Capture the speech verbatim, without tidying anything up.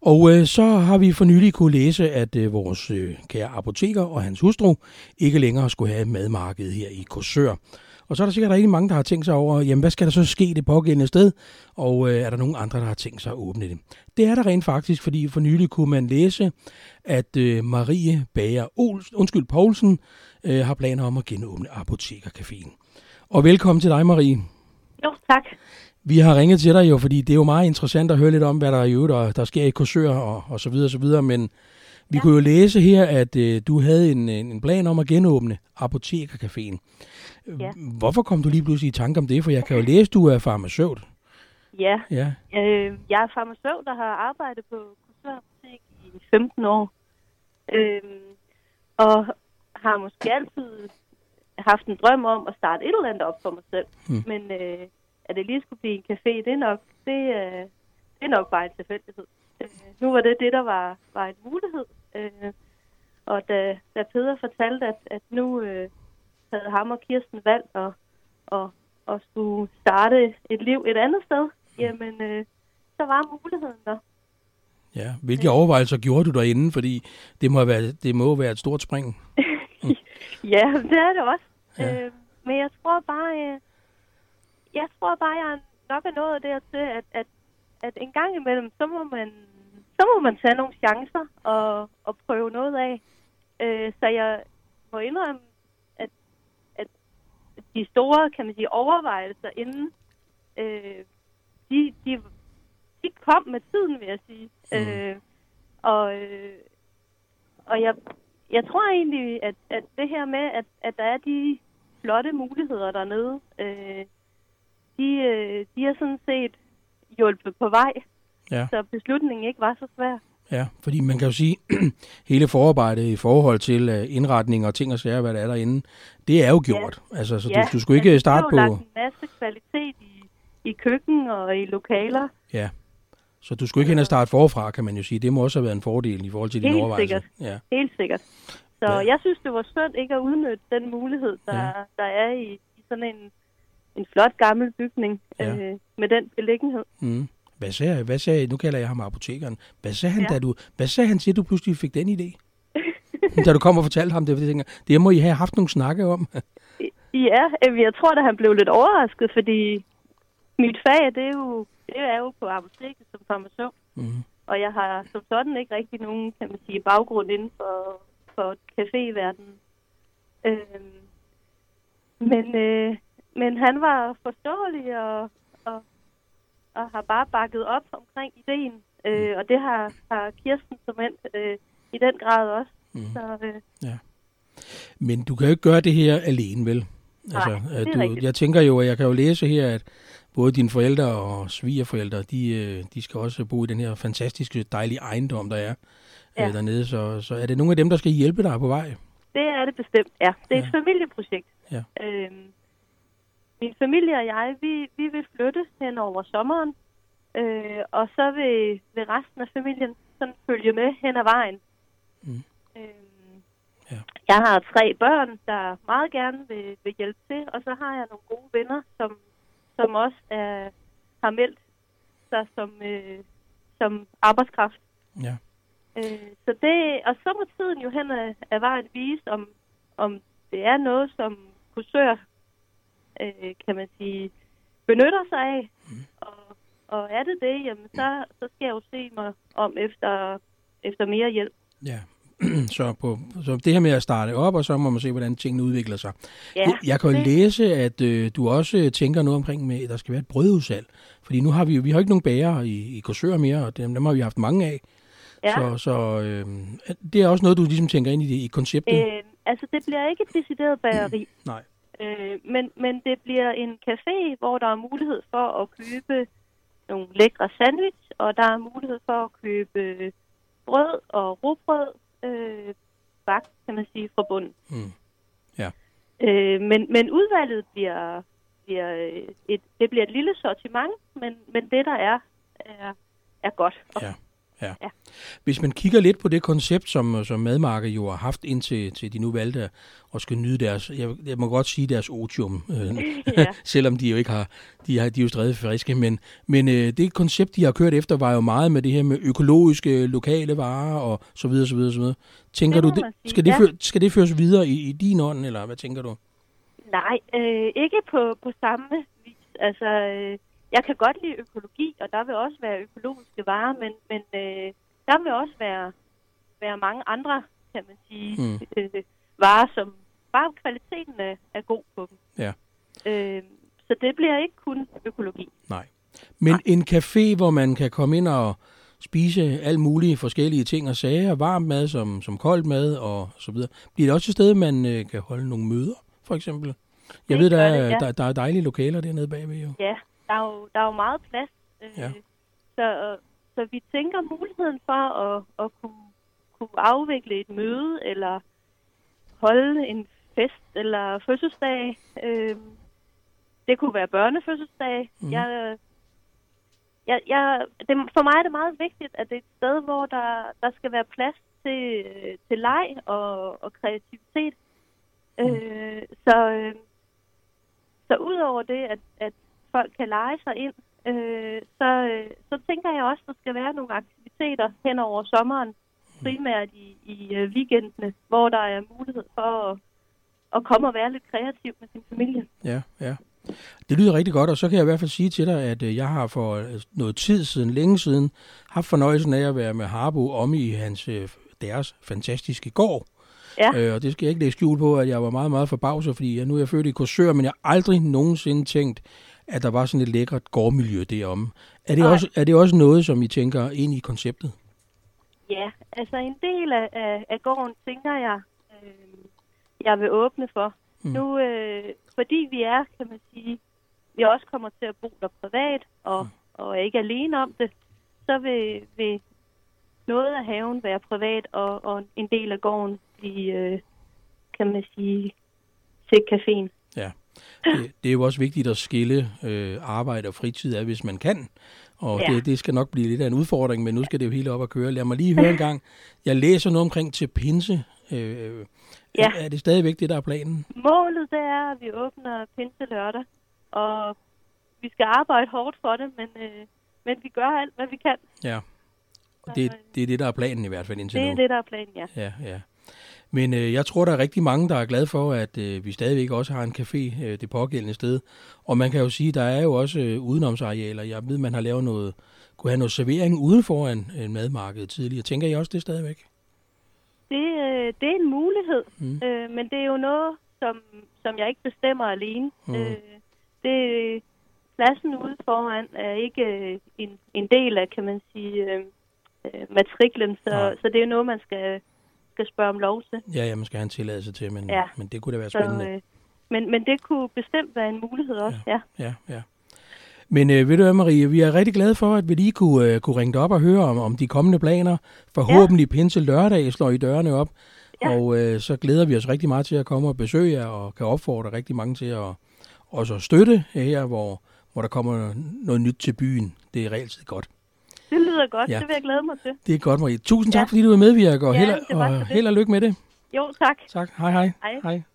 Og øh, så har vi for nylig kunne læse, at øh, vores øh, kære apoteker og hans hustru ikke længere skulle have madmarkedet her i Korsør. Og så er der sikkert rigtig mange, der har tænkt sig over, jamen hvad skal der så ske det pågældende sted? Og øh, er der nogen andre, der har tænkt sig at åbne det? Det er der rent faktisk, fordi for nylig kunne man læse, at øh, Marie Bager Olsen, undskyld, Poulsen øh, har planer om at genåbne Apotekercaféen. Og velkommen til dig, Marie. Jo, tak. Vi har ringet til dig jo, fordi det er jo meget interessant at høre lidt om, hvad der i øvrigt der, der sker i Korsør og, og så videre og så videre, men vi ja. kunne jo læse her, at øh, du havde en, en plan om at genåbne Apotekercaféen. Ja. Hvorfor kom du lige pludselig i tanke om det? For jeg kan jo læse, at du er farmaceut. Ja, ja. Øh, jeg er farmaceut, der har arbejdet på Korsør Apotek i femten år. Øh, og har måske altid haft en drøm om at starte et eller andet op for mig selv. Hmm. Men øh, at det lige skulle blive en café, det er nok, det, øh, det er nok bare en tilfældighed. Øh, nu var det det, der var, var en mulighed. Øh, og da, da Peder fortalte, at, at nu øh, havde ham og Kirsten valgt at, at, at skulle starte et liv et andet sted, jamen øh, så var muligheden der. Ja, hvilke øh. overvejelser gjorde du derinde? Fordi det må være, det må være et stort spring. Mm. Ja, det er det også. Ja. Øh, men jeg tror bare, øh, jeg tror bare, jeg nok er nået dertil, at, at, at en gang imellem, så må man, så må man tage nogle chancer og, og prøve noget af. Øh, så jeg må indrømme, at, at de store, kan man sige, overvejelser inden, øh, de, de, de kom med tiden, vil jeg sige. Mm. Øh, og, øh, og jeg, jeg tror egentlig, at, at det her med, at, at der er de flotte muligheder dernede, øh, de, øh, de er sådan set hjulpet på vej, ja. Så beslutningen ikke var så svær. Ja, fordi man kan jo sige, hele forarbejdet i forhold til indretning og ting og sager, hvad der er derinde, det er jo gjort. Ja. Altså, så ja. du, du skulle ikke starte på... Ja, det er jo lagt en masse kvalitet i, i køkken og i lokaler. Ja, så du skulle ikke hen og starte forfra, kan man jo sige. Det må også have været en fordel i forhold til din overvejelse. Helt sikkert, ja. Helt sikkert. Så ja. Jeg synes, det var synd ikke at udnytte den mulighed, der, ja. der er i, i sådan en, en flot gammel bygning ja. øh, med den beliggenhed. Mm. Hvad sagde, hvad sagde, nu kalder jeg ham apotekeren. Hvad sagde han, ja. da du, hvad sagde han til, at du pludselig fik den idé? Da du kom og fortalte ham det, jeg tænker, det må I have haft nogle snakke om. Ja, jeg tror, at han blev lidt overrasket, fordi mit fag, det er jo, det er jo på apoteket som farmaceut. Mm. Og jeg har som sådan ikke rigtig nogen, kan man sige, baggrund inden for, for caféverdenen. Øhm, men, øh, men han var forståelig og, og og har bare bakket op omkring ideen. Øh, og det har, har Kirsten som end øh, i den grad også. Mm. Så, øh. ja. Men du kan jo ikke gøre det her alene, vel? Altså, nej, det er du, rigtigt. Jeg tænker jo, at jeg kan jo læse her, at både dine forældre og svigerforældre, de, de skal også bo i den her fantastiske, dejlige ejendom, der er ja. øh, dernede. Så, så er det nogle af dem, der skal hjælpe dig på vej? Det er det bestemt, ja. Det er ja. et familieprojekt. Ja. Øhm, Min familie og jeg, vi, vi vil flytte hen over sommeren, øh, og så vil, vil resten af familien sådan følge med hen ad vejen. Mm. Øh, ja. Jeg har tre børn, der meget gerne vil, vil hjælpe til, og så har jeg nogle gode venner, som, som også er, har meldt sig som, øh, som arbejdskraft. Ja. Øh, så det, og så må tiden jo hen ad, ad vejen vise, om, om det er noget, som Korsør kan man sige, benytter sig af. Mm. Og, og er det det, jamen så, så skal jeg jo se mig om efter, efter mere hjælp. Ja, så, på, så det her med at starte op, og så må man se, hvordan tingene udvikler sig. Ja, jeg kan jo det. læse, at øh, du også tænker noget omkring, med, at der skal være et brødudsalg. Fordi nu har vi vi har ikke nogen bager i, i Korsør mere, og dem, dem har vi haft mange af. Ja. Så, så øh, det er også noget, du ligesom tænker ind i, det, i konceptet? Øh, altså, det bliver ikke et decideret bageri. Mm. Nej. Øh, men, men det bliver en café, hvor der er mulighed for at købe nogle lækre sandwich, og der er mulighed for at købe brød og rugbrød, øh, bagt, kan man sige, fra bunden. Mm. Ja. Øh, men, men udvalget bliver, bliver et, det bliver et lille sortiment, men, men det der er, er, er godt. Ja. Ja. ja. Hvis man kigger lidt på det koncept, som, som madmarkedet jo har haft indtil til de nu valgte og skal nyde deres, jeg, jeg må godt sige deres otium, øh, ja. selvom de jo ikke har, de har, de er jo stadig friske, men, men øh, det koncept, de har kørt efter, var jo meget med det her med økologiske, lokale varer og så videre, så videre, så videre. Tænker det du, det, skal, det ja. før, skal det føres videre i, i din ånd, eller hvad tænker du? Nej, øh, ikke på, på samme vis. Altså, øh, jeg kan godt lide økologi, og der vil også være økologiske varer, men, men øh, der vil også være, være mange andre, kan man sige, mm. øh, varer, som bare kvaliteten er, er god på dem. Ja. Øh, så det bliver ikke kun økologi. Nej. Men Nej. En café, hvor man kan komme ind og spise alle mulige forskellige ting og sager, varm mad som, som kold mad og så videre. Bliver det også et sted, man øh, kan holde nogle møder, for eksempel? Jeg det ved, der er, det, ja. der, der er dejlige lokaler dernede bagved jo. Ja, der er jo, der er jo meget plads. Øh, ja. Så, så vi tænker muligheden for at, at kunne, kunne afvikle et møde, eller holde en fest eller fødselsdag. Øh, det kunne være børnefødselsdag. Mm. Jeg, jeg, jeg, det, for mig er det meget vigtigt, at det er et sted, hvor der, der skal være plads til, til leg og, og kreativitet. Mm. Øh, så, øh, så udover det, at, at folk kan lege sig ind, øh, så, øh, så tænker jeg også, at der skal være nogle aktiviteter hen over sommeren, primært i, i uh, weekendene, hvor der er mulighed for at, at komme og være lidt kreativ med sin familie. Ja, ja. Det lyder rigtig godt, og så kan jeg i hvert fald sige til dig, at jeg har for noget tid siden, længe siden, haft fornøjelsen af at være med Harbo om i hans, deres fantastiske gård. Ja. Øh, og det skal jeg ikke lægge skjul på, at jeg var meget, meget forbavset, fordi jeg, nu er jeg født i Korsør, men jeg har aldrig nogensinde tænkt, at der var sådan et lækkert gårdmiljø deromme. Er det, også, er det også noget, som I tænker ind i konceptet? Ja, altså en del af, af, af gården, tænker jeg, øh, jeg vil åbne for. Mm. Nu, øh, fordi vi er, kan man sige, vi også kommer til at bo der privat, og, mm. og er ikke alene om det, så vil, vil noget af haven være privat, og, og en del af gården blive, øh, kan man sige, til caféen. Ja, det, det er jo også vigtigt at skille øh, arbejde og fritid af, hvis man kan. Og ja. det, det skal nok blive lidt af en udfordring, men nu skal det jo hele op at køre. Lad mig lige høre en gang. Jeg læser noget omkring til pinse. Øh, ja. er, er det stadigvæk det, der er planen? Målet det er, at vi åbner pinse lørdag, og vi skal arbejde hårdt for det, men, øh, men vi gør alt, hvad vi kan. Ja, det, det er det, der er planen i hvert fald indtil nu. Det er nu. det, der er planen, ja. Ja, ja. Men øh, jeg tror, der er rigtig mange, der er glade for, at øh, vi stadigvæk også har en café øh, det pågældende sted. Og man kan jo sige, der er jo også øh, udenomsarealer. Jeg ved, man har lavet noget, kunne have noget servering uden for en, en madmarked tidligere. Tænker I også det stadigvæk? Det, øh, det er en mulighed, mm. øh, men det er jo noget, som, som jeg ikke bestemmer alene. Mm. Øh, det, pladsen ude foran er ikke øh, en, en del af, kan man sige, øh, matriklen, så, så det er jo noget, man skal... skal spørge om lov til. Ja, ja, man skal have en tilladelse til, men, ja. men det kunne da være spændende. Så, øh, men, men det kunne bestemt være en mulighed også, ja. Ja, ja. ja. Men øh, ved du hvad, Marie, vi er rigtig glade for, at vi lige kunne, øh, kunne ringe dig op og høre om, om de kommende planer. Forhåbentlig ja. Pinse lørdag slår I dørene op, ja. og øh, så glæder vi os rigtig meget til at komme og besøge jer, og kan opfordre rigtig mange til at også støtte her, hvor, hvor der kommer noget nyt til byen. Det er reelt godt. Det lyder godt, ja. Det vil jeg glæde mig til. Det er godt, Marie. Tusind tak, ja. fordi du er medvirker, og, ja, held, og held og lykke med det. Jo, tak. Tak. Hej, hej. Hej. hej.